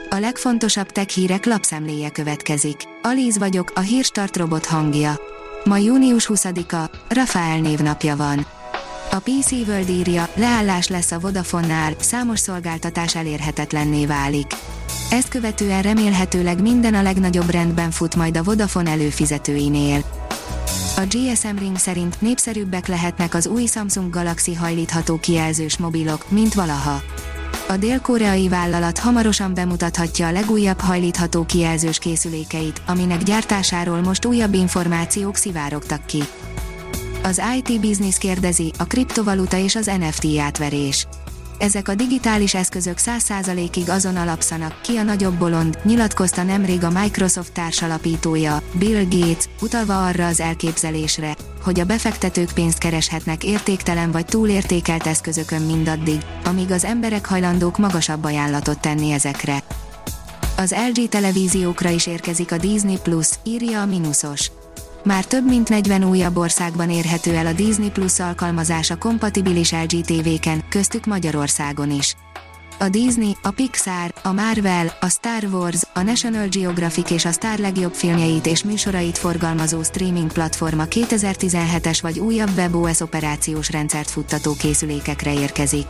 A legfontosabb tech hírek lapszemléje következik. Alíz vagyok, a Hírstart robot hangja. Ma június 20-a, Rafael névnapja van. A PC World írja, leállás lesz a Vodafone-nál, számos szolgáltatás elérhetetlenné válik. Ezt követően remélhetőleg minden a legnagyobb rendben fut majd a Vodafone előfizetőinél. A GSM Ring szerint népszerűbbek lehetnek az új Samsung Galaxy hajlítható kijelzős mobilok, mint valaha. A dél-koreai vállalat hamarosan bemutathatja a legújabb hajlítható kijelzős készülékeit, aminek gyártásáról most újabb információk szivárogtak ki. Az IT Business kérdezi, a kriptovaluta és az NFT átverés. Ezek a digitális eszközök 100%-ig azon alapszanak, ki a nagyobb bolond, nyilatkozta nemrég a Microsoft társalapítója, Bill Gates, utalva arra az elképzelésre, hogy a befektetők pénzt kereshetnek értéktelen vagy túlértékelt eszközökön mindaddig, amíg az emberek hajlandók magasabb ajánlatot tenni ezekre. Az LG televíziókra is érkezik a Disney Plus, írja a Minusos. Már több mint 40 újabb országban érhető el a Disney Plus alkalmazása kompatibilis LG TV-ken, köztük Magyarországon is. A Disney, a Pixar, a Marvel, a Star Wars, a National Geographic és a Star legjobb filmjeit és műsorait forgalmazó streaming platforma 2017-es vagy újabb WebOS operációs rendszert futtató készülékekre érkezik.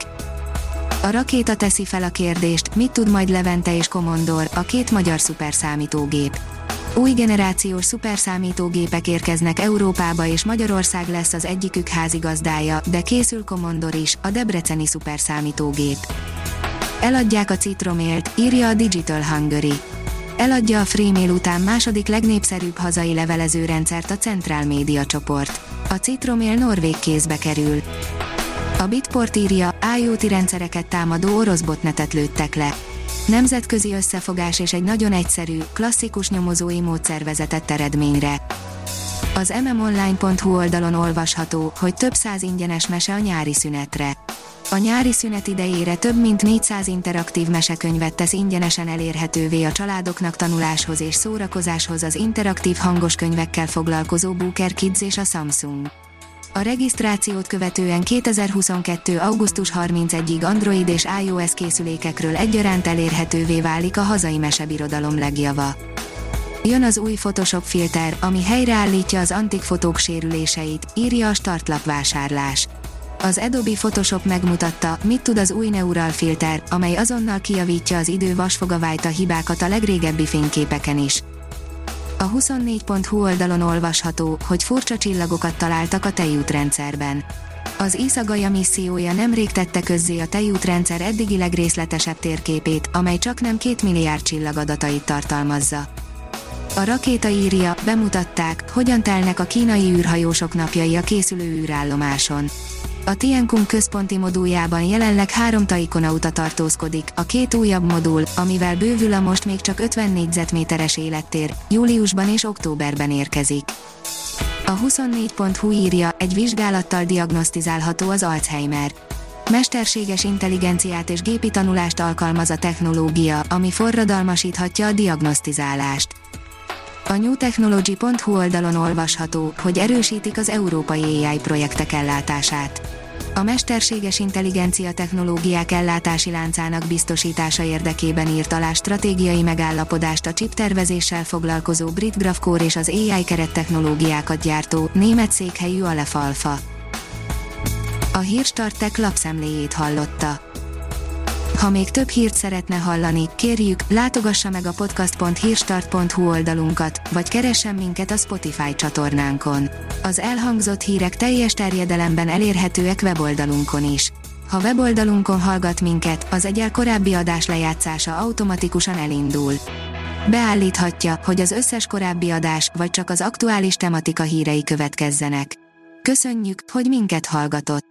A Rakéta teszi fel a kérdést, mit tud majd Levente és Commodore, a két magyar szuperszámítógép. Új generációs szuperszámítógépek érkeznek Európába és Magyarország lesz az egyikük házigazdája, de készül Commodore is, a debreceni szuperszámítógép. Eladják a Citromailt, írja a Digital Hungary. Eladja a Freemail után második legnépszerűbb hazai levelezőrendszert a Central Media csoport. A Citromail norvég kézbe kerül. A Bitport írja, IoT rendszereket támadó orosz botnetet lőttek le. Nemzetközi összefogás és egy nagyon egyszerű, klasszikus nyomozói módszer vezetett eredményre. Az mmonline.hu oldalon olvasható, hogy több száz ingyenes mese a nyári szünetre. A nyári szünet idejére több mint 400 interaktív mesekönyvet tesz ingyenesen elérhetővé a családoknak tanuláshoz és szórakozáshoz az interaktív hangos könyvekkel foglalkozó Booker Kids és a Samsung. A regisztrációt követően 2022. augusztus 31-ig Android és iOS készülékekről egyaránt elérhetővé válik a hazai mesebirodalom legjava. Jön az új Photoshop filter, ami helyreállítja az antik fotók sérüléseit, írja a Startlap vásárlás. Az Adobe Photoshop megmutatta, mit tud az új Neural filter, amely azonnal kijavítja az idő vasfogavájta hibákat a legrégebbi fényképeken is. A 24.hu oldalon olvasható, hogy furcsa csillagokat találtak a tejútrendszerben. Az ESA Gaia missziója nemrég tette közzé a tejútrendszer eddigi legrészletesebb térképét, amely csaknem 2 milliárd csillag adatait tartalmazza. A Rakéta írja, bemutatták, hogyan telnek a kínai űrhajósok napjai a készülő űrállomáson. A Tiancun központi moduljában jelenleg 3 taikonauta tartózkodik, a 2 újabb modul, amivel bővül a most még csak 50 négyzetméteres élettér, júliusban és októberben érkezik. A 24.hu írja, egy vizsgálattal diagnosztizálható az Alzheimer. Mesterséges intelligenciát és gépi tanulást alkalmaz a technológia, ami forradalmasíthatja a diagnosztizálást. A newtechnology.hu oldalon olvasható, hogy erősítik az európai AI projektek ellátását. A mesterséges intelligencia technológiák ellátási láncának biztosítása érdekében írt alá stratégiai megállapodást a chiptervezéssel foglalkozó brit Graphcore és az AI kerettechnológiákat gyártó, német székhelyű Aleph Alpha. A Hírstart Tech lapszemléjét hallotta. Ha még több hírt szeretne hallani, kérjük, látogassa meg a podcast.hírstart.hu oldalunkat, vagy keressen minket a Spotify csatornánkon. Az elhangzott hírek teljes terjedelemben elérhetőek weboldalunkon is. Ha weboldalunkon hallgat minket, az egyel korábbi adás lejátszása automatikusan elindul. Beállíthatja, hogy az összes korábbi adás, vagy csak az aktuális tematika hírei következzenek. Köszönjük, hogy minket hallgatott!